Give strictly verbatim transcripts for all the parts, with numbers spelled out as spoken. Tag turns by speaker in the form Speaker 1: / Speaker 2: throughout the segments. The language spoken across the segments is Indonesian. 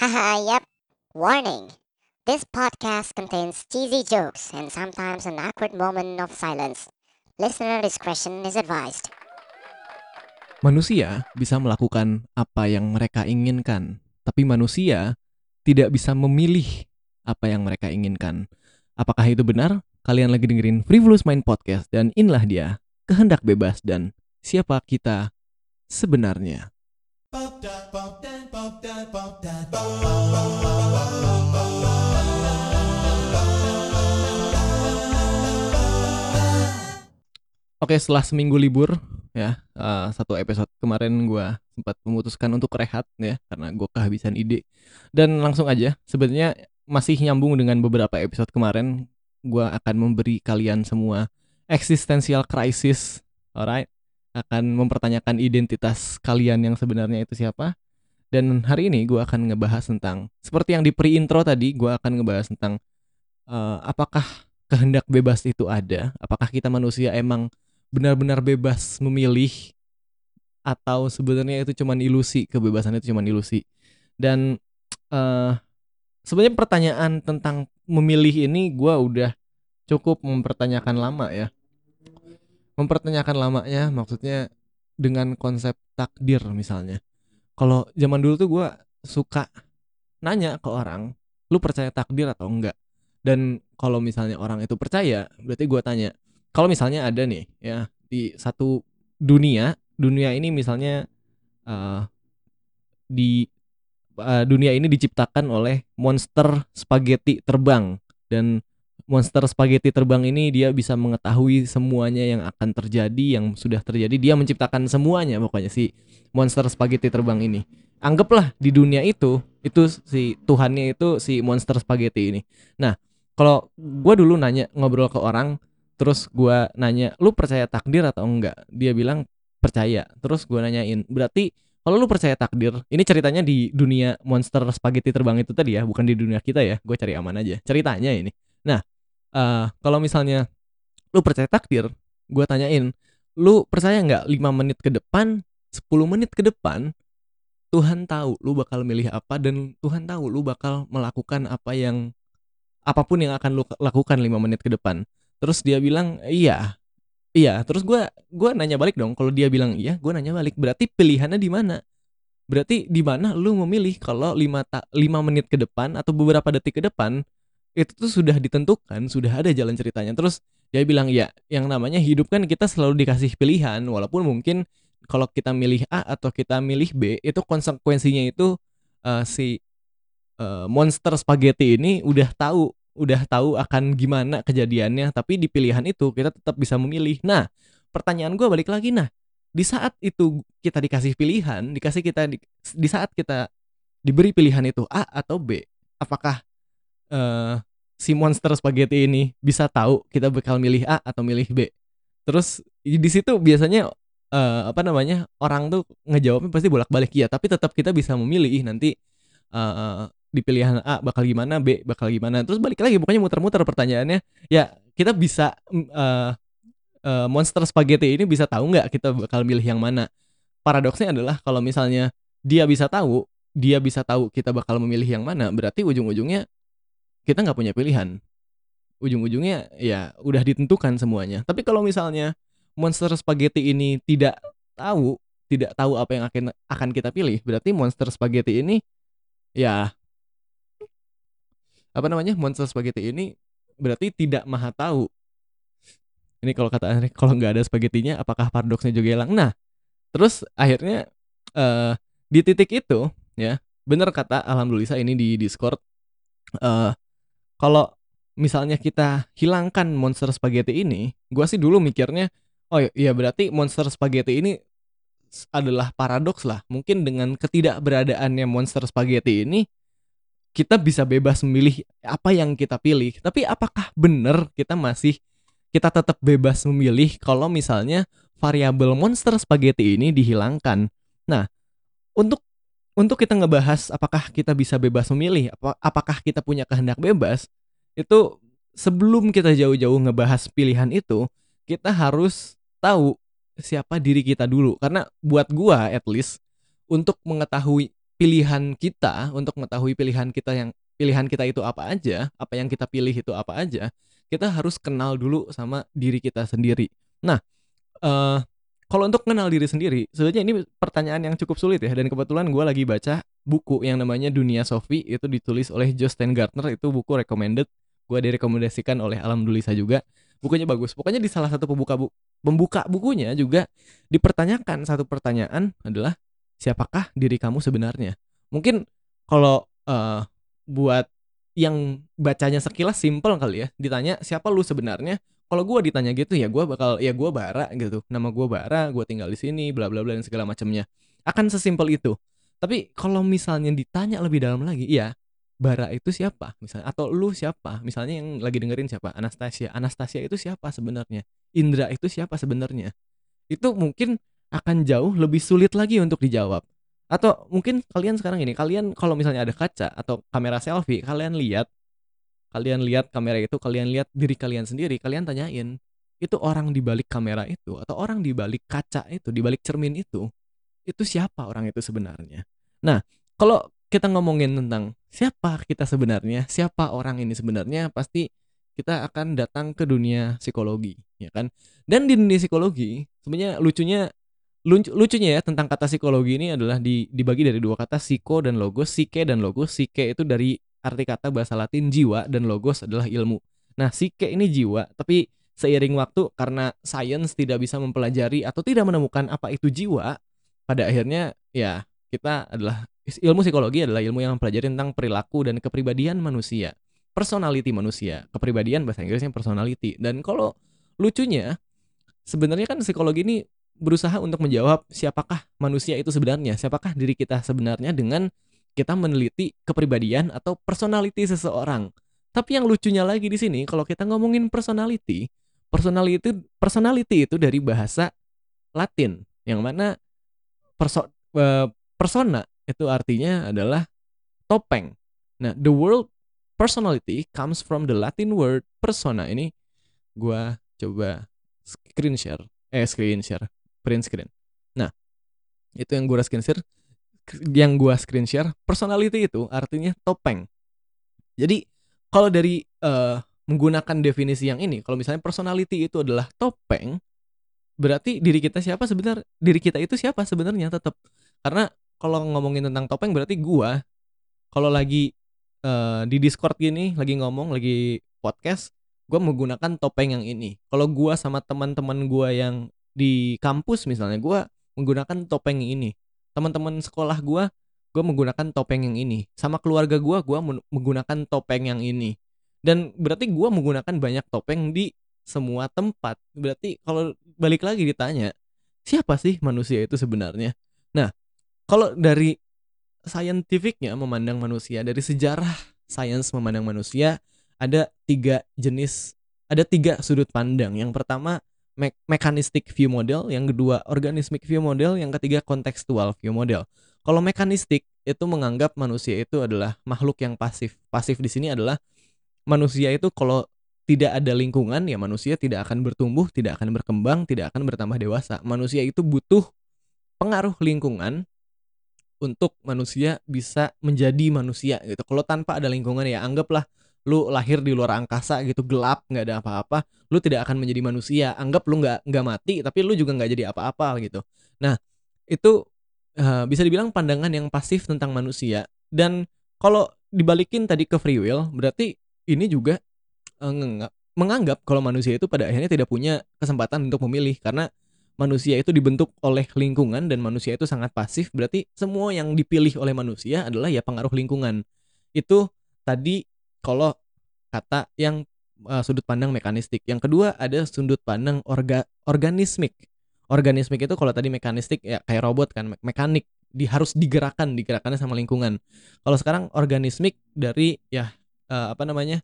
Speaker 1: Haha, yep. Warning. This podcast contains cheesy jokes and sometimes an awkward moment of silence. Listener discretion is advised.
Speaker 2: Manusia bisa melakukan apa yang mereka inginkan, tapi manusia tidak bisa memilih apa yang mereka inginkan. Apakah itu benar? Kalian lagi dengerin Frivolous Mind Podcast dan inilah dia, kehendak bebas dan siapa kita sebenarnya. Oke, setelah seminggu libur ya, uh, satu episode kemarin gue sempat memutuskan untuk rehat ya karena gue kehabisan ide. Dan langsung aja, sebenarnya masih nyambung dengan beberapa episode kemarin, gue akan memberi kalian semua existential crisis, alright? Akan mempertanyakan identitas kalian yang sebenarnya itu siapa. Dan hari ini gue akan ngebahas tentang, seperti yang di pre-intro tadi, gue akan ngebahas tentang uh, apakah kehendak bebas itu ada? Apakah kita manusia emang benar-benar bebas memilih atau sebenarnya itu cuma ilusi, kebebasan itu cuma ilusi. Dan uh, sebenarnya pertanyaan tentang memilih ini gue udah cukup mempertanyakan lama ya. Mempertanyakan lamanya maksudnya dengan konsep takdir misalnya. Kalau zaman dulu tuh gue suka nanya ke orang, lu percaya takdir atau enggak? Dan kalau misalnya orang itu percaya, berarti gue tanya, kalau misalnya ada nih ya di satu dunia, dunia ini misalnya uh, di uh, dunia ini diciptakan oleh monster spaghetti terbang, dan monster spaghetti terbang ini dia bisa mengetahui semuanya yang akan terjadi, yang sudah terjadi, dia menciptakan semuanya pokoknya si monster spaghetti terbang ini. Anggaplah di dunia itu itu si Tuhannya itu si monster spaghetti ini. Nah, kalau gue dulu nanya ngobrol ke orang, terus gue nanya, lu percaya takdir atau enggak? Dia bilang percaya. Terus gue nanyain, berarti kalau lu percaya takdir, ini ceritanya di dunia monster spaghetti terbang itu tadi ya, bukan di dunia kita ya. Gue cari aman aja. Ceritanya ini. Nah, uh, kalau misalnya lu percaya takdir, gue tanyain, lu percaya nggak lima menit ke depan, sepuluh menit ke depan, Tuhan tahu lu bakal milih apa dan Tuhan tahu lu bakal melakukan apa yang apapun yang akan lu lakukan lima menit ke depan. Terus dia bilang iya. Iya, terus gue gue nanya balik dong. Kalau dia bilang iya, gue nanya balik. Berarti pilihannya di mana? Berarti di mana lu memilih kalau lima ta- lima menit ke depan atau beberapa detik ke depan itu tuh sudah ditentukan, sudah ada jalan ceritanya. Terus dia bilang ya, yang namanya hidup kan kita selalu dikasih pilihan, walaupun mungkin kalau kita milih A atau kita milih B, itu konsekuensinya itu uh, si uh, monster spaghetti ini udah tahu, udah tahu akan gimana kejadiannya, tapi di pilihan itu kita tetap bisa memilih. Nah, pertanyaan gue balik lagi, nah di saat itu kita dikasih pilihan, dikasih kita di, di saat kita diberi pilihan itu A atau B, apakah uh, si monster spaghetti ini bisa tahu kita bakal milih A atau milih B? Terus di situ biasanya uh, apa namanya, orang tuh ngejawabnya pasti bolak-balik ya, tapi tetap kita bisa memilih nanti uh, di pilihan A bakal gimana, B bakal gimana. Terus balik lagi, pokoknya muter-muter pertanyaannya. Ya kita bisa uh, uh, monster spaghetti ini bisa tahu nggak kita bakal milih yang mana? Paradoksnya adalah kalau misalnya dia bisa tahu, dia bisa tahu kita bakal memilih yang mana, berarti ujung-ujungnya kita nggak punya pilihan. Ujung-ujungnya ya udah ditentukan semuanya. Tapi kalau misalnya monster spaghetti ini tidak tahu, tidak tahu apa yang akan akan kita pilih, berarti monster spaghetti ini ya apa namanya, monster spaghetti ini berarti tidak maha tahu. Ini kalau kata Andre, kalau nggak ada spagettinya, apakah paradoksnya juga hilang? Nah, terus akhirnya uh, di titik itu ya, bener kata Alhamdulillah ini di Discord, uh, kalau misalnya kita hilangkan monster spaghetti ini, gue sih dulu mikirnya, oh iya berarti monster spaghetti ini adalah paradoks lah. Mungkin dengan ketidakberadaannya monster spaghetti ini, kita bisa bebas memilih apa yang kita pilih. Tapi apakah benar kita masih, kita tetap bebas memilih kalau misalnya variabel monster spaghetti ini dihilangkan? Nah, untuk untuk kita ngebahas apakah kita bisa bebas memilih, ap- apakah kita punya kehendak bebas, itu sebelum kita jauh-jauh ngebahas pilihan itu, kita harus tahu siapa diri kita dulu. Karena buat gua at least, untuk mengetahui pilihan kita untuk mengetahui pilihan kita yang pilihan kita itu apa aja, apa yang kita pilih itu apa aja, kita harus kenal dulu sama diri kita sendiri. Nah, eee, kalau untuk kenal diri sendiri, sebenarnya ini pertanyaan yang cukup sulit ya, dan kebetulan gue lagi baca buku yang namanya Dunia Sophie, itu ditulis oleh Joe Steingartner, itu buku recommended, gue direkomendasikan oleh Alam Dulisa juga. Bukunya bagus. Pokoknya di salah satu pembuka bu pembuka bukunya juga dipertanyakan satu pertanyaan adalah, siapakah diri kamu sebenarnya? Mungkin kalau, eee, buat yang bacanya sekilas simpel kali ya, ditanya, "Siapa lu sebenarnya?" Kalau gue ditanya gitu ya gue bakal, ya gue Bara gitu, nama gue Bara, gue tinggal di sini, bla bla bla dan segala macamnya. Akan sesimpel itu. Tapi kalau misalnya ditanya lebih dalam lagi, iya, Bara itu siapa? Misalnya, atau lu siapa? Misalnya yang lagi dengerin siapa? Anastasia. Anastasia itu siapa sebenarnya? Indra itu siapa sebenarnya? Itu mungkin akan jauh lebih sulit lagi untuk dijawab. Atau mungkin kalian sekarang ini, kalian kalau misalnya ada kaca atau kamera selfie, kalian lihat, kalian lihat kamera itu, kalian lihat diri kalian sendiri, kalian tanyain, itu orang di balik kamera itu atau orang di balik kaca itu, di balik cermin itu, itu siapa orang itu sebenarnya? Nah, kalau kita ngomongin tentang siapa kita sebenarnya, siapa orang ini sebenarnya, pasti kita akan datang ke dunia psikologi, ya kan? Dan di dunia psikologi, sebenarnya lucunya lucu, lucunya ya tentang kata psikologi ini adalah di, dibagi dari dua kata, psiko dan logos, psike dan logos. Psike itu dari arti kata bahasa Latin jiwa, dan logos adalah ilmu. Nah, psike ini jiwa, tapi seiring waktu karena sains tidak bisa mempelajari atau tidak menemukan apa itu jiwa, pada akhirnya ya kita adalah, ilmu psikologi adalah ilmu yang mempelajari tentang perilaku dan kepribadian manusia, personality manusia, kepribadian bahasa Inggrisnya personality. Dan kalau lucunya sebenarnya kan psikologi ini berusaha untuk menjawab siapakah manusia itu sebenarnya, siapakah diri kita sebenarnya dengan kita meneliti kepribadian atau personality seseorang. Tapi yang lucunya lagi di sini kalau kita ngomongin personality, personality personality itu dari bahasa Latin yang mana perso, eh, persona itu artinya adalah topeng. Nah, the word personality comes from the Latin word persona. Ini gua coba screen share, eh screen share, print screen. Nah, itu yang gua screen share, yang gua screen share, personality itu artinya topeng. Jadi kalau dari uh, menggunakan definisi yang ini, kalau misalnya personality itu adalah topeng, berarti diri kita siapa sebenarnya? Diri kita itu siapa sebenarnya tetap. Karena kalau ngomongin tentang topeng berarti gua kalau lagi uh, di Discord gini, lagi ngomong, lagi podcast, gue menggunakan topeng yang ini. Kalau gue sama teman-teman gue yang di kampus misalnya, gue menggunakan topeng yang ini. Teman-teman sekolah gue, gue menggunakan topeng yang ini. Sama keluarga gue, gue menggunakan topeng yang ini. Dan berarti gue menggunakan banyak topeng di semua tempat. Berarti kalau balik lagi ditanya, siapa sih manusia itu sebenarnya? Nah, kalau dari scientificnya memandang manusia, dari sejarah sains memandang manusia, ada tiga jenis, ada tiga sudut pandang. Yang pertama me- mechanistic view model, yang kedua organismic view model, yang ketiga contextual view model. Kalau mechanistic itu menganggap manusia itu adalah makhluk yang pasif. Pasif di sini adalah manusia itu kalau tidak ada lingkungan ya manusia tidak akan bertumbuh, tidak akan berkembang, tidak akan bertambah dewasa. Manusia itu butuh pengaruh lingkungan untuk manusia bisa menjadi manusia gitu. Kalau tanpa ada lingkungan ya anggaplah lu lahir di luar angkasa gitu, gelap, nggak ada apa-apa, lu tidak akan menjadi manusia. Anggap lu nggak nggak mati tapi lu juga nggak jadi apa-apa gitu. Nah itu uh, bisa dibilang pandangan yang pasif tentang manusia. Dan kalau dibalikin tadi ke free will, berarti ini juga uh, menganggap kalau manusia itu pada akhirnya tidak punya kesempatan untuk memilih karena manusia itu dibentuk oleh lingkungan dan manusia itu sangat pasif. Berarti semua yang dipilih oleh manusia adalah ya pengaruh lingkungan. Itu tadi kalau kata yang uh, sudut pandang mekanistik. Yang kedua ada sudut pandang orga, organismik. Organismik itu kalau tadi mekanistik ya kayak robot kan, me- mekanik, di harus digerakkan, digerakkannya sama lingkungan. Kalau sekarang organismik dari ya uh, apa namanya?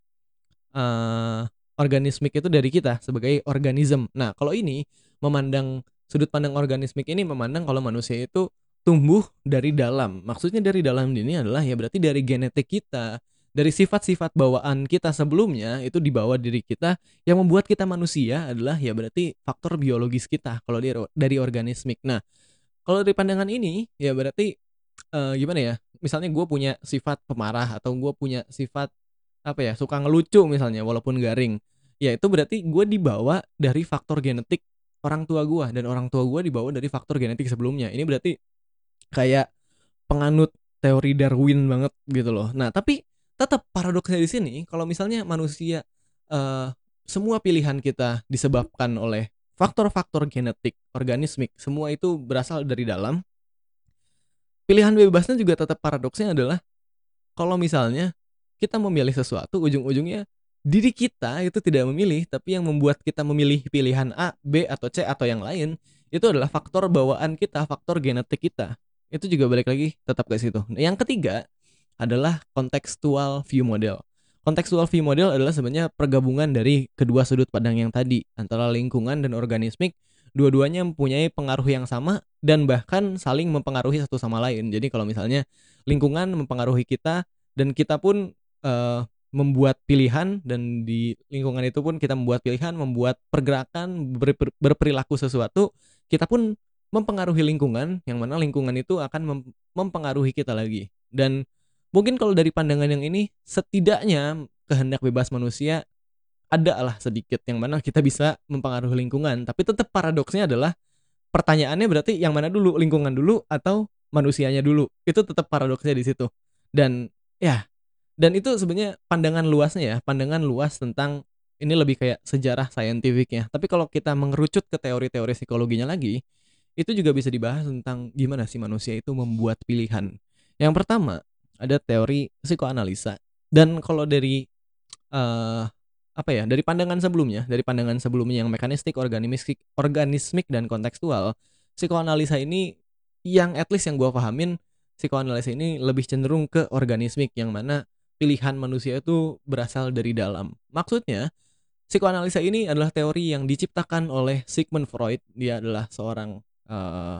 Speaker 2: Uh, organismik itu dari kita sebagai organisme. Nah, kalau ini memandang sudut pandang organismik ini memandang kalau manusia itu tumbuh dari dalam. Maksudnya dari dalam ini adalah ya berarti dari genetik kita, dari sifat-sifat bawaan kita sebelumnya itu dibawa diri kita, yang membuat kita manusia adalah ya berarti faktor biologis kita kalau dari, dari organismik. Nah, kalau dari pandangan ini ya berarti uh, gimana ya? misalnya gue punya sifat pemarah atau gue punya sifat apa ya, suka ngelucu misalnya walaupun garing. Ya itu berarti gue dibawa dari faktor genetik orang tua gue, dan orang tua gue dibawa dari faktor genetik sebelumnya. Ini berarti kayak penganut teori Darwin banget gitu loh. Nah, tapi tetap paradoksnya di sini kalau misalnya manusia, eh, semua pilihan kita disebabkan oleh faktor-faktor genetik, organismik, semua itu berasal dari dalam. Pilihan bebasnya juga tetap paradoksnya adalah kalau misalnya kita memilih sesuatu, ujung-ujungnya diri kita itu tidak memilih, tapi yang membuat kita memilih pilihan A, B, atau C, atau yang lain, itu adalah faktor bawaan kita, faktor genetik kita. Itu juga balik lagi tetap ke situ. Nah, yang ketiga adalah contextual view model. Contextual view model adalah sebenarnya pergabungan dari kedua sudut pandang yang tadi, antara lingkungan dan organismik. Dua-duanya mempunyai pengaruh yang sama dan bahkan saling mempengaruhi satu sama lain. Jadi kalau misalnya lingkungan mempengaruhi kita dan kita pun uh, membuat pilihan, dan di lingkungan itu pun kita membuat pilihan, membuat pergerakan, ber, ber, berperilaku sesuatu, kita pun mempengaruhi lingkungan, yang mana lingkungan itu akan mem, mempengaruhi kita lagi. Dan mungkin kalau dari pandangan yang ini, setidaknya kehendak bebas manusia ada lah sedikit yang mana kita bisa mempengaruhi lingkungan. Tapi tetap paradoksnya adalah pertanyaannya berarti yang mana dulu, lingkungan dulu atau manusianya dulu? Itu tetap paradoksnya di situ. Dan ya, dan itu sebenarnya pandangan luasnya ya, pandangan luas tentang ini lebih kayak sejarah saintifiknya. Tapi kalau kita mengerucut ke teori-teori psikologinya lagi, itu juga bisa dibahas tentang gimana sih manusia itu membuat pilihan. Yang pertama ada teori psikoanalisa. Dan kalau dari uh, apa ya, dari pandangan sebelumnya, dari pandangan sebelumnya yang mekanistik, organismik, organismik dan kontekstual, psikoanalisa ini yang at least yang gue pahamin, psikoanalisa ini lebih cenderung ke organismik, yang mana pilihan manusia itu berasal dari dalam. Maksudnya, psikoanalisa ini adalah teori yang diciptakan oleh Sigmund Freud. Dia adalah seorang uh,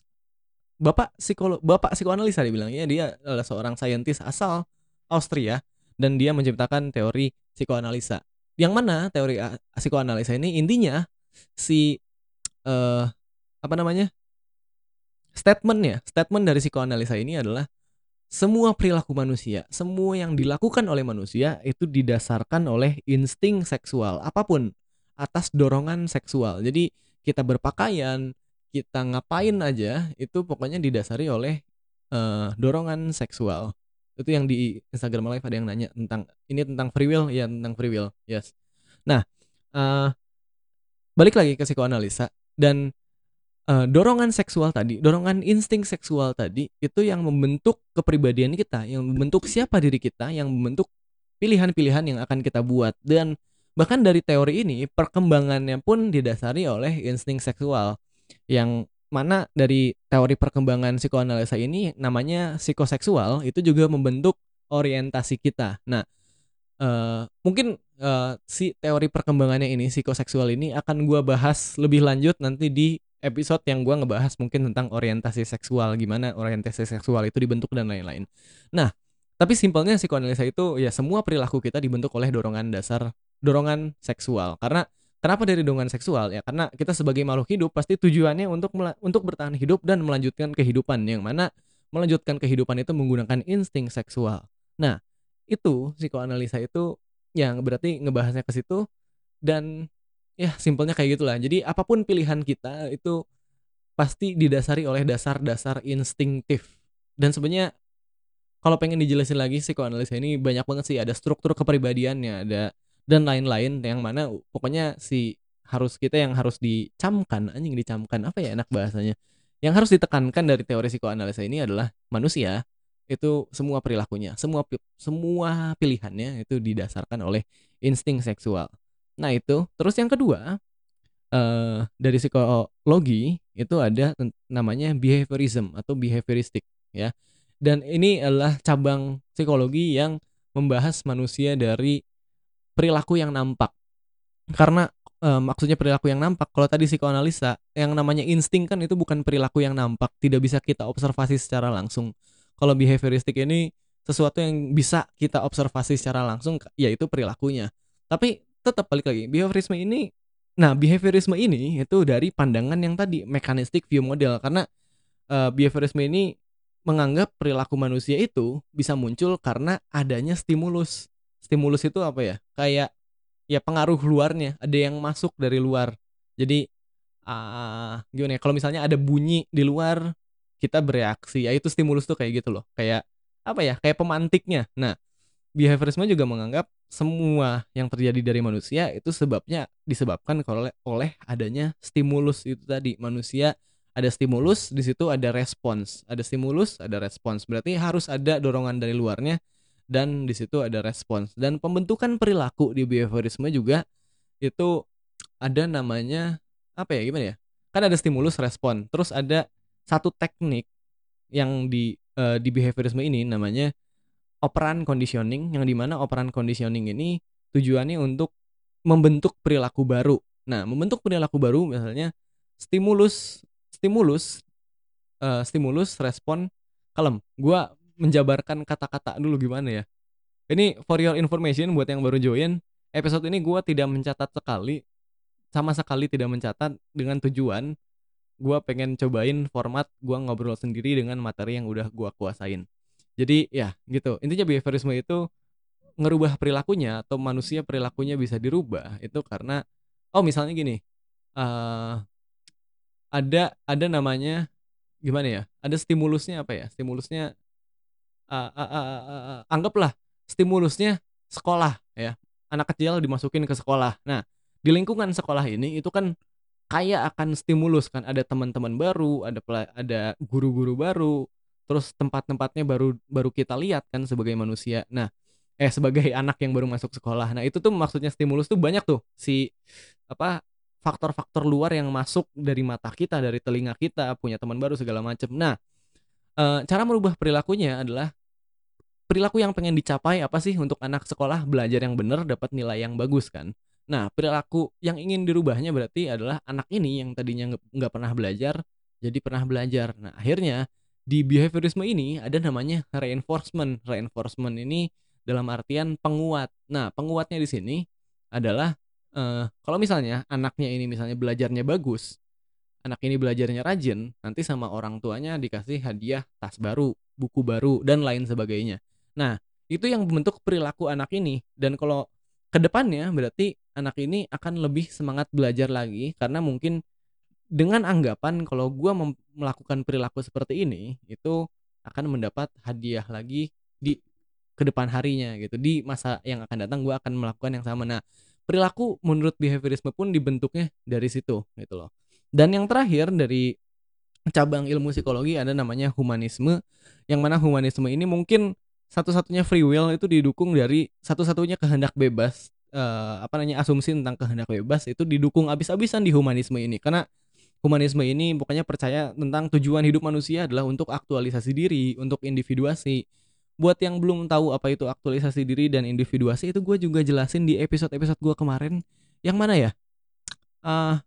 Speaker 2: bapak psikolo bapak psikoanalisa dibilangnya. Dia adalah seorang saintis asal Austria dan dia menciptakan teori psikoanalisa. Yang mana teori psikoanalisa ini intinya si uh, apa namanya? statementnya, statement dari psikoanalisa ini adalah semua perilaku manusia, semua yang dilakukan oleh manusia itu didasarkan oleh insting seksual apapun, atas dorongan seksual. Jadi kita berpakaian, kita ngapain aja itu pokoknya didasari oleh uh, dorongan seksual. Itu yang di Instagram Live ada yang nanya tentang ini, tentang free will, ya tentang free will, yes. Nah, uh, balik lagi ke psikoanalisa, dan uh, dorongan seksual tadi, dorongan insting seksual tadi itu yang membentuk kepribadian kita, yang membentuk siapa diri kita, yang membentuk pilihan-pilihan yang akan kita buat. Dan bahkan dari teori ini perkembangannya pun didasari oleh insting seksual, yang mana dari teori perkembangan psikoanalisa ini namanya psikoseksual, itu juga membentuk orientasi kita. Nah, uh, mungkin uh, si teori perkembangannya ini, psikoseksual ini akan gue bahas lebih lanjut nanti di episode yang gue ngebahas mungkin tentang orientasi seksual, gimana orientasi seksual itu dibentuk dan lain-lain. Nah, tapi simpelnya psikoanalisa itu ya semua perilaku kita dibentuk oleh dorongan dasar, dorongan seksual. Karena kenapa dari dorongan seksual? Ya karena kita sebagai makhluk hidup pasti tujuannya untuk mela- untuk bertahan hidup dan melanjutkan kehidupan, yang mana melanjutkan kehidupan itu menggunakan insting seksual. Nah, itu psikoanalisa itu yang berarti ngebahasnya ke situ. Dan ya simpelnya kayak gitulah. Jadi apapun pilihan kita itu pasti didasari oleh dasar-dasar instingtif. Dan sebenarnya kalau pengen dijelasin lagi, psikoanalisa ini banyak banget sih, ada struktur kepribadiannya, ada dan lain-lain, yang mana pokoknya si harus kita yang harus dicamkan, anjing dicamkan apa ya enak bahasanya, yang harus ditekankan dari teori psikoanalisa ini adalah manusia itu semua perilakunya, semua semua pilihannya itu didasarkan oleh insting seksual. Nah itu, terus yang kedua, eh, dari psikologi itu ada namanya behaviorism atau behavioristik ya. Dan ini adalah cabang psikologi yang membahas manusia dari perilaku yang nampak. Karena eh, maksudnya perilaku yang nampak, kalau tadi psikoanalisa yang namanya insting kan itu bukan perilaku yang nampak, tidak bisa kita observasi secara langsung. Kalau behavioristik ini sesuatu yang bisa kita observasi secara langsung, yaitu perilakunya. Tapi tetap balik lagi, behaviorisme ini, nah behaviorisme ini itu dari pandangan yang tadi mekanistik view model. Karena uh, behaviorisme ini menganggap perilaku manusia itu bisa muncul karena adanya stimulus. Stimulus itu apa ya? Kayak ya pengaruh luarnya, ada yang masuk dari luar. Jadi ah gimana ya? Kalau misalnya ada bunyi di luar, kita bereaksi. Ya itu stimulus tuh kayak gitu loh. Kayak apa ya? Kayak pemantiknya. Nah, behaviorisme juga menganggap semua yang terjadi dari manusia itu sebabnya disebabkan oleh oleh adanya stimulus itu tadi. Manusia ada stimulus, di situ ada respons. Ada stimulus, ada respons. Berarti harus ada dorongan dari luarnya dan di situ ada respons. Dan pembentukan perilaku di behaviorisme juga itu ada namanya apa ya? Gimana ya? Kan ada stimulus, respon. Terus ada satu teknik yang di eh, di behaviorisme ini namanya operan conditioning, yang dimana operan conditioning ini tujuannya untuk membentuk perilaku baru. Nah, membentuk perilaku baru misalnya stimulus stimulus eh, stimulus respon kalem. Gua menjabarkan kata-kata dulu gimana ya. Ini for your information buat yang baru join, episode ini gua tidak mencatat sekali, sama sekali tidak mencatat, dengan tujuan gua pengen cobain format gua ngobrol sendiri dengan materi yang udah gua kuasain. Jadi ya gitu. Intinya behaviorisme itu ngerubah perilakunya atau manusia perilakunya bisa dirubah itu karena oh misalnya gini, eee, ada ada namanya gimana ya, ada stimulusnya apa ya, stimulusnya, eee eee eee eee, anggaplah stimulusnya sekolah ya, anak kecil dimasukin ke sekolah. Nah, di lingkungan sekolah ini itu kan kaya akan stimulus kan, ada teman-teman baru, ada pela ada guru-guru baru, terus tempat-tempatnya baru baru kita lihat kan sebagai manusia. Nah, eh sebagai anak yang baru masuk sekolah. Nah, itu tuh maksudnya stimulus tuh banyak tuh si apa faktor-faktor luar yang masuk dari mata kita, dari telinga kita, punya teman baru segala macam. Nah, eee, cara merubah perilakunya adalah perilaku yang pengen dicapai apa sih untuk anak sekolah? Belajar yang benar, dapat nilai yang bagus kan. Nah, perilaku yang ingin dirubahnya berarti adalah anak ini yang tadinya nggak nggak pernah belajar, jadi pernah belajar. Nah, akhirnya di behaviorisme ini ada namanya reinforcement. Reinforcement ini dalam artian penguat. Nah, penguatnya di sini adalah, eee, kalau misalnya anaknya ini misalnya belajarnya bagus, anak ini belajarnya rajin, nanti sama orang tuanya dikasih hadiah tas baru, buku baru, dan lain sebagainya. Nah, itu yang membentuk perilaku anak ini. Dan kalau ke depannya berarti anak ini akan lebih semangat belajar lagi karena mungkin dengan anggapan kalau gua mem melakukan perilaku seperti ini, itu akan mendapat hadiah lagi di ke depan harinya gitu. Di masa yang akan datang gua akan melakukan yang sama. Nah, perilaku menurut behaviorisme pun dibentuknya dari situ gitu loh. Dan yang terakhir dari cabang ilmu psikologi ada namanya humanisme, yang mana humanisme ini mungkin satu-satunya free will itu didukung dari satu-satunya kehendak bebas, eee, apa namanya, asumsi tentang kehendak bebas itu didukung abis-abisan di humanisme ini. Karena humanisme ini pokoknya percaya tentang tujuan hidup manusia adalah untuk aktualisasi diri, untuk individuasi. Buat yang belum tahu apa itu aktualisasi diri dan individuasi itu gue juga jelasin di episode-episode gue kemarin, yang mana ya, eee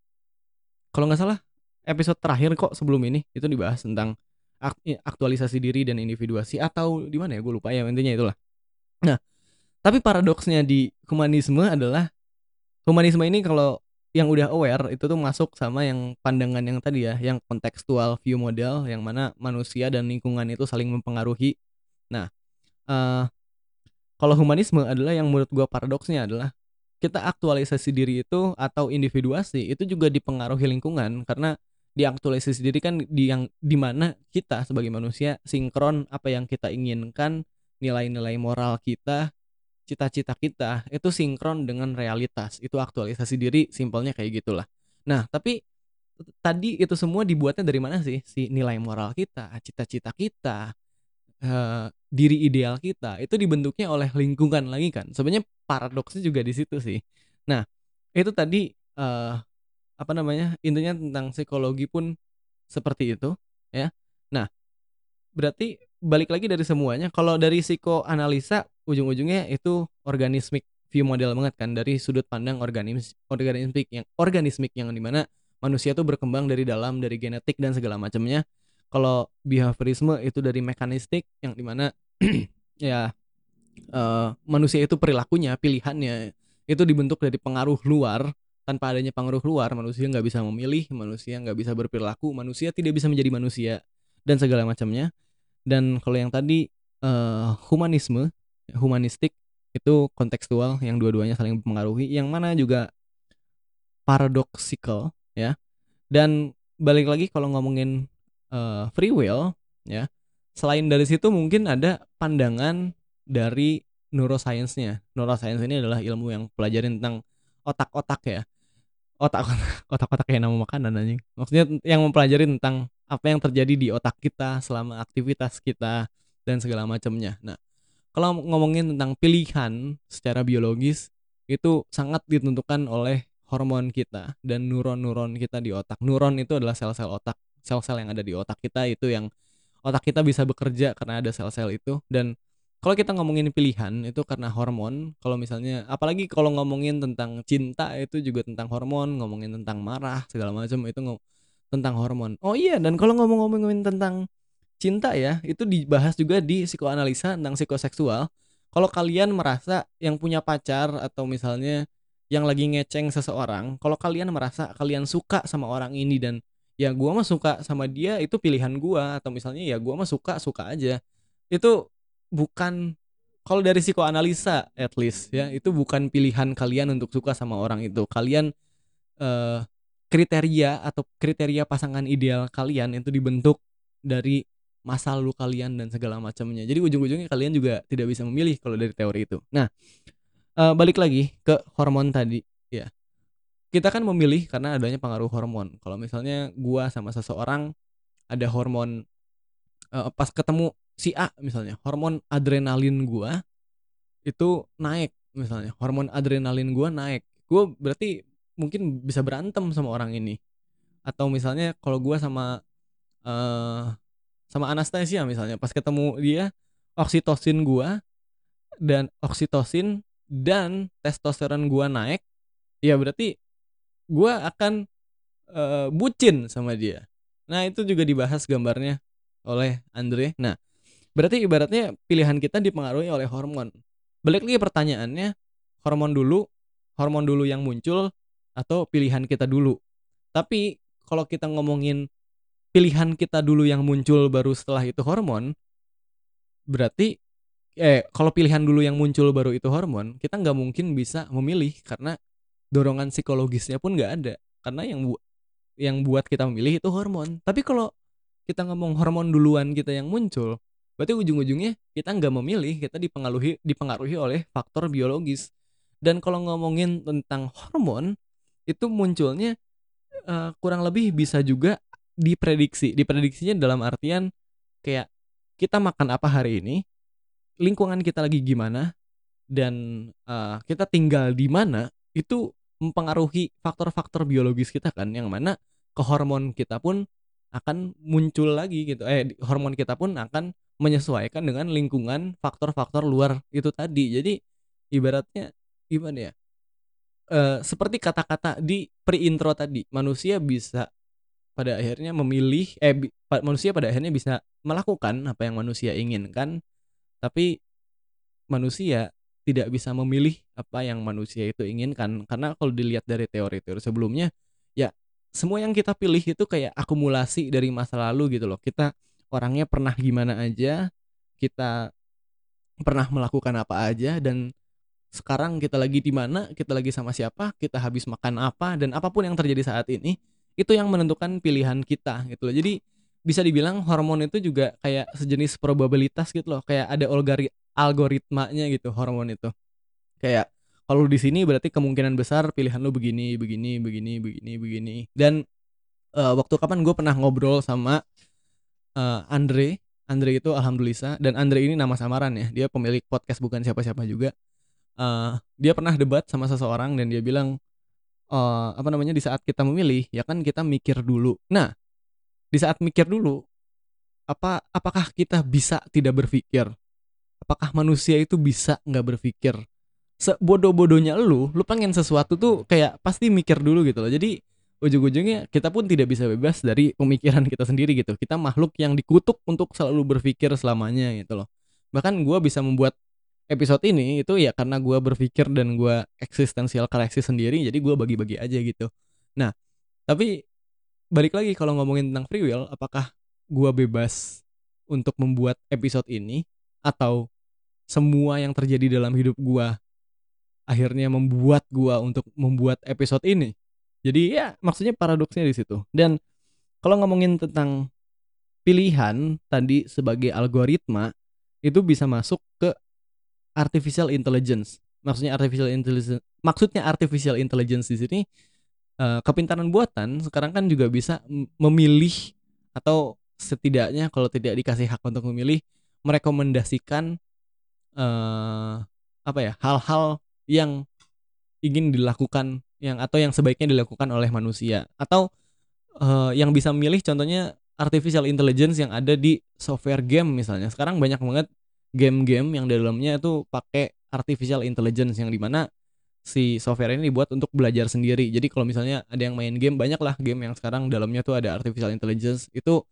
Speaker 2: kalau nggak salah episode terakhir kok sebelum ini, itu dibahas tentang ak i aktualisasi diri dan individuasi atau di mana ya, gue lupa ya, intinya itulah. Nah, tapi paradoksnya di humanisme adalah, humanisme ini kalau yang udah aware itu tuh masuk sama yang pandangan yang tadi ya, yang contextual view model, yang mana manusia dan lingkungan itu saling mempengaruhi. Nah, eee, kalau humanisme adalah yang menurut gua paradoksnya adalah kita aktualisasi diri itu atau individuasi itu juga dipengaruhi lingkungan, karena di aktualisasi diri kan di yang di mana kita sebagai manusia sinkron apa yang kita inginkan, nilai-nilai moral kita, cita-cita kita itu sinkron dengan realitas. Itu aktualisasi diri, simpelnya kayak gitulah. Nah, tapi tadi itu semua dibuatnya dari mana sih? Si nilai moral kita, cita-cita kita, Eee, diri ideal kita itu dibentuknya oleh lingkungan lagi kan, sebenarnya paradoksnya juga di situ sih. Nah, itu tadi, eee, apa namanya, intinya tentang psikologi pun seperti itu, ya. Nah, berarti balik lagi dari semuanya, kalau dari psikoanalisa ujung-ujungnya itu organismic view model banget kan, dari sudut pandang organis organismik yang organismik yang di mana manusia tuh berkembang dari dalam, dari genetik dan segala macamnya. Kalau behaviorisme itu dari mekanistik yang di mana ya, eee, manusia itu perilakunya, pilihannya itu dibentuk dari pengaruh luar. Tanpa adanya pengaruh luar, manusia nggak bisa memilih, manusia nggak bisa berperilaku, manusia tidak bisa menjadi manusia. dan segala macamnya. Dan kalau yang tadi eh, humanisme, humanistik itu kontekstual, yang dua-duanya saling mempengaruhi, yang mana juga paradoxical ya. Dan balik lagi kalau ngomongin eh, free will ya, selain dari situ mungkin ada pandangan dari neuroscience-nya. Neuroscience ini adalah ilmu yang pelajarin tentang otak-otak ya. Otak otak-otak kayak nama makanan anjing. Maksudnya yang mempelajari tentang apa yang terjadi di otak kita selama aktivitas kita dan segala macamnya. Nah, kalau ngomongin tentang pilihan secara biologis itu sangat ditentukan oleh hormon kita dan neuron-neuron kita di otak. Neuron itu adalah sel-sel otak, sel-sel yang ada di otak kita itu yang otak kita bisa bekerja karena ada sel-sel itu. Dan kalau kita ngomongin pilihan itu karena hormon. Kalau misalnya apalagi kalau ngomongin tentang cinta itu juga tentang hormon, ngomongin tentang marah segala macam itu ngo- tentang hormon. Oh iya, dan kalau ngomong-ngomongin tentang cinta ya, itu dibahas juga di psikoanalisa tentang psikoseksual. Kalau kalian merasa yang punya pacar atau misalnya yang lagi ngeceng seseorang, kalau kalian merasa kalian suka sama orang ini dan ya gua mah suka sama dia itu pilihan gua, atau misalnya ya gua mah suka suka aja, itu bukan, kalau dari psikoanalisa at least ya, itu bukan pilihan kalian untuk suka sama orang itu. Kalian eh, kriteria atau kriteria pasangan ideal kalian itu dibentuk dari masa lalu kalian dan segala macamnya. Jadi ujung-ujungnya kalian juga tidak bisa memilih kalau dari teori itu. Nah, eh, balik lagi ke hormon tadi ya. Kita kan memilih karena adanya pengaruh hormon. Kalau misalnya gua sama seseorang ada hormon, eh, pas ketemu si A misalnya, hormon adrenalin gua itu naik misalnya. Hormon adrenalin gua naik. Gua berarti mungkin bisa berantem sama orang ini. Atau misalnya kalau gua sama eh sama Anastasia misalnya, pas ketemu dia oksitosin gua dan oksitosin dan testosteron gua naik, ya berarti gua akan eh, bucin sama dia. Nah, itu juga dibahas gambarnya oleh Andre. Nah, berarti ibaratnya pilihan kita dipengaruhi oleh hormon. Balik lagi pertanyaannya, hormon dulu, hormon dulu yang muncul atau pilihan kita dulu. Tapi kalau kita ngomongin pilihan kita dulu yang muncul baru setelah itu hormon, berarti eh kalau pilihan dulu yang muncul baru itu hormon, kita nggak mungkin bisa memilih karena dorongan psikologisnya pun nggak ada. Karena yang bu- yang buat kita memilih itu hormon. Tapi kalau kita ngomong hormon duluan kita yang muncul, berarti ujung-ujungnya kita nggak memilih, kita dipengaruhi dipengaruhi oleh faktor biologis. Dan kalau ngomongin tentang hormon, itu munculnya eh, kurang lebih bisa juga diprediksi. Diprediksinya dalam artian kayak kita makan apa hari ini, lingkungan kita lagi gimana, dan eh, kita tinggal di mana, itu mempengaruhi faktor-faktor biologis kita kan, yang mana ke hormon kita pun akan muncul lagi gitu. Eh hormon kita pun akan menyesuaikan dengan lingkungan faktor-faktor luar itu tadi. Jadi ibaratnya gimana ya? Eh, seperti kata-kata di pre-intro tadi, manusia bisa pada akhirnya memilih eh bi- pa- manusia pada akhirnya bisa melakukan apa yang manusia inginkan, tapi manusia tidak bisa memilih apa yang manusia itu inginkan. Karena kalau dilihat dari teori-teori sebelumnya, ya semua yang kita pilih itu kayak akumulasi dari masa lalu gitu loh. Kita orangnya pernah gimana aja, kita pernah melakukan apa aja, dan sekarang kita lagi di mana, kita lagi sama siapa, kita habis makan apa, dan apapun yang terjadi saat ini itu yang menentukan pilihan kita gitu loh. Jadi bisa dibilang hormon itu juga kayak sejenis probabilitas gitu loh, kayak ada algori- algoritmanya gitu hormon itu. Kayak kalau di sini berarti kemungkinan besar pilihan lu begini, begini, begini, begini, begini. Dan eh, waktu kapan gue pernah ngobrol sama eh, Andre. Andre itu alhamdulillah, dan Andre ini nama samaran ya. Dia pemilik podcast bukan siapa-siapa juga. Eh, dia pernah debat sama seseorang dan dia bilang eh, apa namanya, di saat kita memilih ya kan kita mikir dulu. Nah, di saat mikir dulu, apa apakah kita bisa tidak berpikir? Apakah manusia itu bisa nggak berpikir? Sebodoh-bodohnya lu, lu pengen sesuatu tuh kayak pasti mikir dulu gitu loh. Jadi ujung-ujungnya kita pun tidak bisa bebas dari pemikiran kita sendiri gitu. Kita makhluk yang dikutuk untuk selalu berpikir selamanya gitu loh. Bahkan gue bisa membuat episode ini itu ya karena gue berpikir dan gue eksistensial krisis sendiri. Jadi gue bagi-bagi aja gitu. Nah, tapi balik lagi kalau ngomongin tentang free will, apakah gua bebas untuk membuat episode ini, atau semua yang terjadi dalam hidup gua akhirnya membuat gua untuk membuat episode ini. Jadi ya maksudnya paradoksnya di situ. Dan kalau ngomongin tentang pilihan tadi sebagai algoritma, itu bisa masuk ke artificial intelligence. Maksudnya artificial intelligence, maksudnya artificial intelligence di sini eh, kepintaran buatan sekarang kan juga bisa m- memilih, atau setidaknya kalau tidak dikasih hak untuk memilih, merekomendasikan eh apa ya, hal-hal yang ingin dilakukan, yang atau yang sebaiknya dilakukan oleh manusia, atau eh, yang bisa memilih, contohnya artificial intelligence yang ada di software game misalnya. Sekarang banyak banget game-game yang di dalamnya itu pakai artificial intelligence, yang dimana si software ini dibuat untuk belajar sendiri. Jadi kalau misalnya ada yang main game, banyak lah game yang sekarang dalamnya tuh ada artificial intelligence. Itu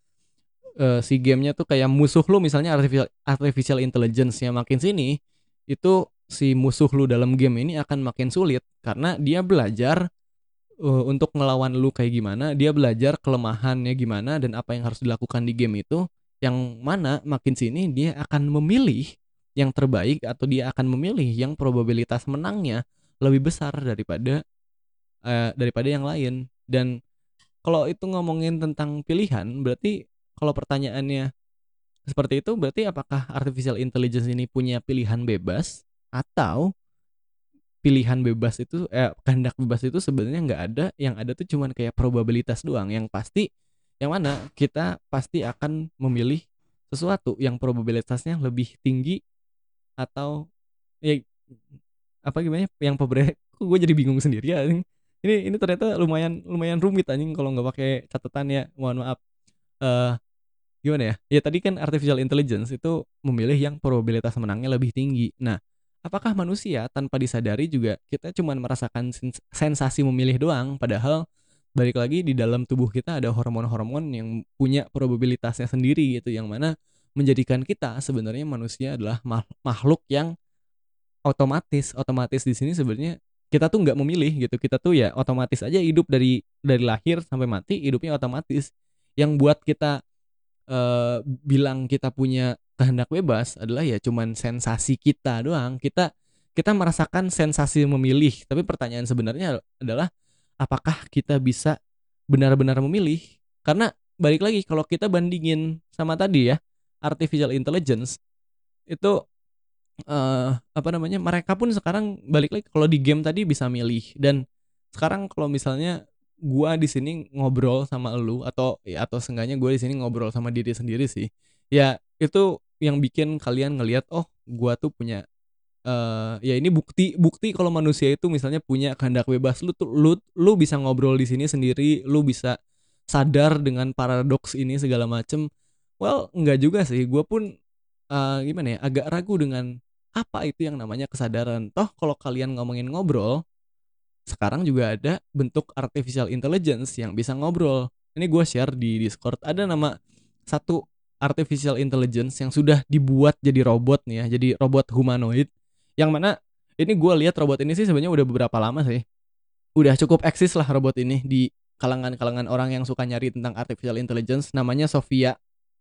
Speaker 2: eh, si gamenya tuh kayak musuh lu, misalnya artificial artificial intelligence-nya makin sini, itu si musuh lu dalam game ini akan makin sulit karena dia belajar uh, untuk ngelawan lu kayak gimana, dia belajar kelemahannya gimana dan apa yang harus dilakukan di game itu, yang mana makin sini dia akan memilih yang terbaik, atau dia akan memilih yang probabilitas menangnya lebih besar daripada eh, daripada yang lain. Dan kalau itu ngomongin tentang pilihan, berarti kalau pertanyaannya seperti itu, berarti apakah artificial intelligence ini punya pilihan bebas, atau pilihan bebas itu eh kehendak bebas itu sebenarnya nggak ada, yang ada tuh cuman kayak probabilitas doang, yang pasti yang mana kita pasti akan memilih sesuatu yang probabilitasnya lebih tinggi, atau ya apa gimana ya, yang pemberi gue jadi bingung sendiri ya ini ini ternyata lumayan lumayan rumit anjing kalau nggak pakai catatan ya, mohon maaf. eh Gimana ya? Ya tadi kan artificial intelligence itu memilih yang probabilitas menangnya lebih tinggi. Nah, apakah manusia tanpa disadari juga kita cuman merasakan sens- sensasi memilih doang, padahal balik lagi di dalam tubuh kita ada hormon-hormon yang punya probabilitasnya sendiri gitu, yang mana menjadikan kita sebenarnya manusia adalah mah- makhluk yang otomatis. Otomatis di sini sebenarnya kita tuh nggak memilih gitu. Kita tuh ya otomatis aja hidup dari dari lahir sampai mati, hidupnya otomatis. Yang buat kita eh, bilang kita punya kehendak bebas adalah ya cuman sensasi kita doang. Kita kita merasakan sensasi memilih, tapi pertanyaan sebenarnya adalah apakah kita bisa benar-benar memilih? Karena balik lagi kalau kita bandingin sama tadi ya, artificial intelligence itu eh apa namanya? Mereka pun sekarang balik lagi kalau di game tadi bisa milih, dan sekarang kalau misalnya gua di sini ngobrol sama elu, atau ya atau seenggaknya gua di sini ngobrol sama diri sendiri sih. Ya itu yang bikin kalian ngelihat, oh gua tuh punya eh ya ini bukti bukti kalau manusia itu misalnya punya kehendak bebas. Lu tuh lu lu bisa ngobrol di sini sendiri, lu bisa sadar dengan paradoks ini segala macem. Well, enggak juga sih. Gua pun eh, gimana ya, agak ragu dengan apa itu yang namanya kesadaran. Toh kalau kalian ngomongin ngobrol, sekarang juga ada bentuk artificial intelligence yang bisa ngobrol. Ini gue share di Discord, ada nama satu artificial intelligence yang sudah dibuat jadi robot nih ya, jadi robot humanoid, yang mana ini gue lihat robot ini sih sebenarnya udah beberapa lama sih, udah cukup eksis lah robot ini di kalangan-kalangan orang yang suka nyari tentang artificial intelligence. Namanya Sophia,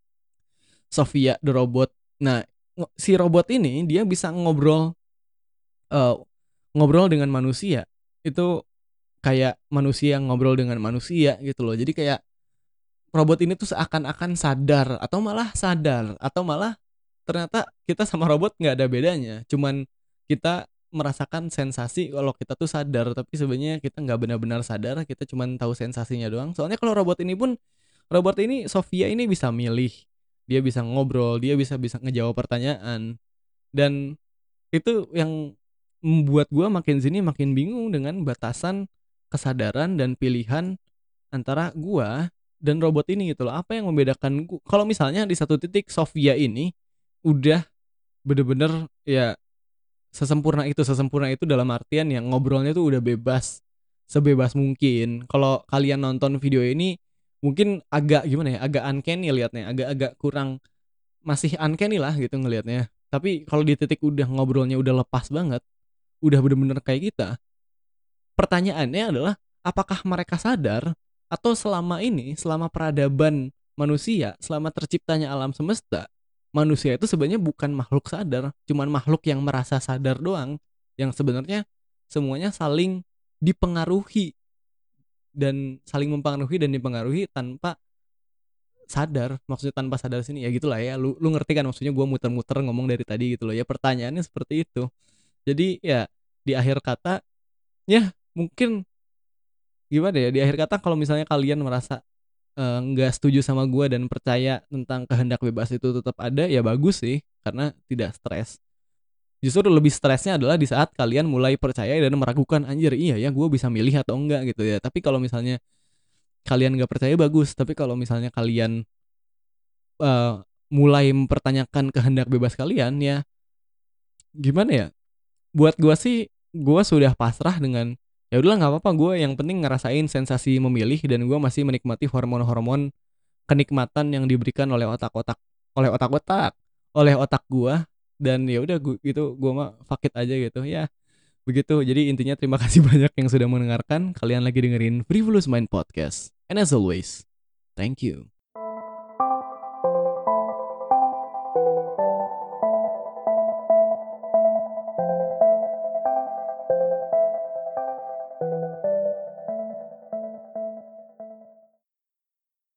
Speaker 2: Sophia the robot. Nah, si robot ini dia bisa ngobrol, eh, ngobrol dengan manusia. Itu kayak manusia yang ngobrol dengan manusia gitu loh. Jadi kayak robot ini tuh seakan-akan sadar, atau malah sadar, atau malah ternyata kita sama robot nggak ada bedanya. Cuman kita merasakan sensasi kalau kita tuh sadar, tapi sebenarnya kita nggak benar-benar sadar, kita cuman tahu sensasinya doang. Soalnya kalau robot ini pun, robot ini Sofia ini bisa milih, dia bisa ngobrol, dia bisa bisa ngejawab pertanyaan. Dan itu yang membuat gua makin sini makin bingung dengan batasan kesadaran dan pilihan antara gua dan robot ini gitu loh. Apa yang membedakan gu- kalau misalnya di satu titik Sofia ini udah bener-bener ya sesempurna itu, sesempurna itu dalam artian yang ngobrolnya tuh udah bebas, sebebas mungkin. Kalau kalian nonton video ini mungkin agak gimana ya, agak uncanny liatnya, agak-agak kurang, masih uncanny lah gitu ngelihatnya. Tapi kalau di titik udah ngobrolnya udah lepas banget, udah bener-bener kayak kita, pertanyaannya adalah apakah mereka sadar, atau selama ini, selama peradaban manusia selama terciptanya alam semesta, manusia itu sebenarnya bukan makhluk sadar, cuman makhluk yang merasa sadar doang, yang sebenarnya semuanya saling dipengaruhi dan saling mempengaruhi dan dipengaruhi tanpa sadar. Maksudnya tanpa sadar sini ya gitulah ya, lu lu ngerti kan maksudnya, gue muter-muter ngomong dari tadi gitu loh ya. Pertanyaannya seperti itu. Jadi ya di akhir kata ya mungkin gimana ya, di akhir kata kalau misalnya kalian merasa eh, nggak setuju sama gue dan percaya tentang kehendak bebas itu tetap ada, ya bagus sih, karena tidak stres. Justru lebih stresnya adalah di saat kalian mulai percaya dan meragukan, anjir iya ya gue bisa milih atau enggak gitu ya. Tapi kalau misalnya kalian nggak percaya, bagus. Tapi kalau misalnya kalian eh, mulai mempertanyakan kehendak bebas kalian, ya gimana ya, buat gue sih, gue sudah pasrah dengan ya udahlah nggak apa-apa, gue yang penting ngerasain sensasi memilih dan gue masih menikmati hormon-hormon kenikmatan yang diberikan oleh otak-otak oleh otak-otak oleh otak gue. Dan ya udah gue gitu, gue mah fuck it aja gitu ya. Begitu. Jadi intinya terima kasih banyak yang sudah mendengarkan. Kalian lagi dengerin Frivolous Mind Podcast, and as always, thank you.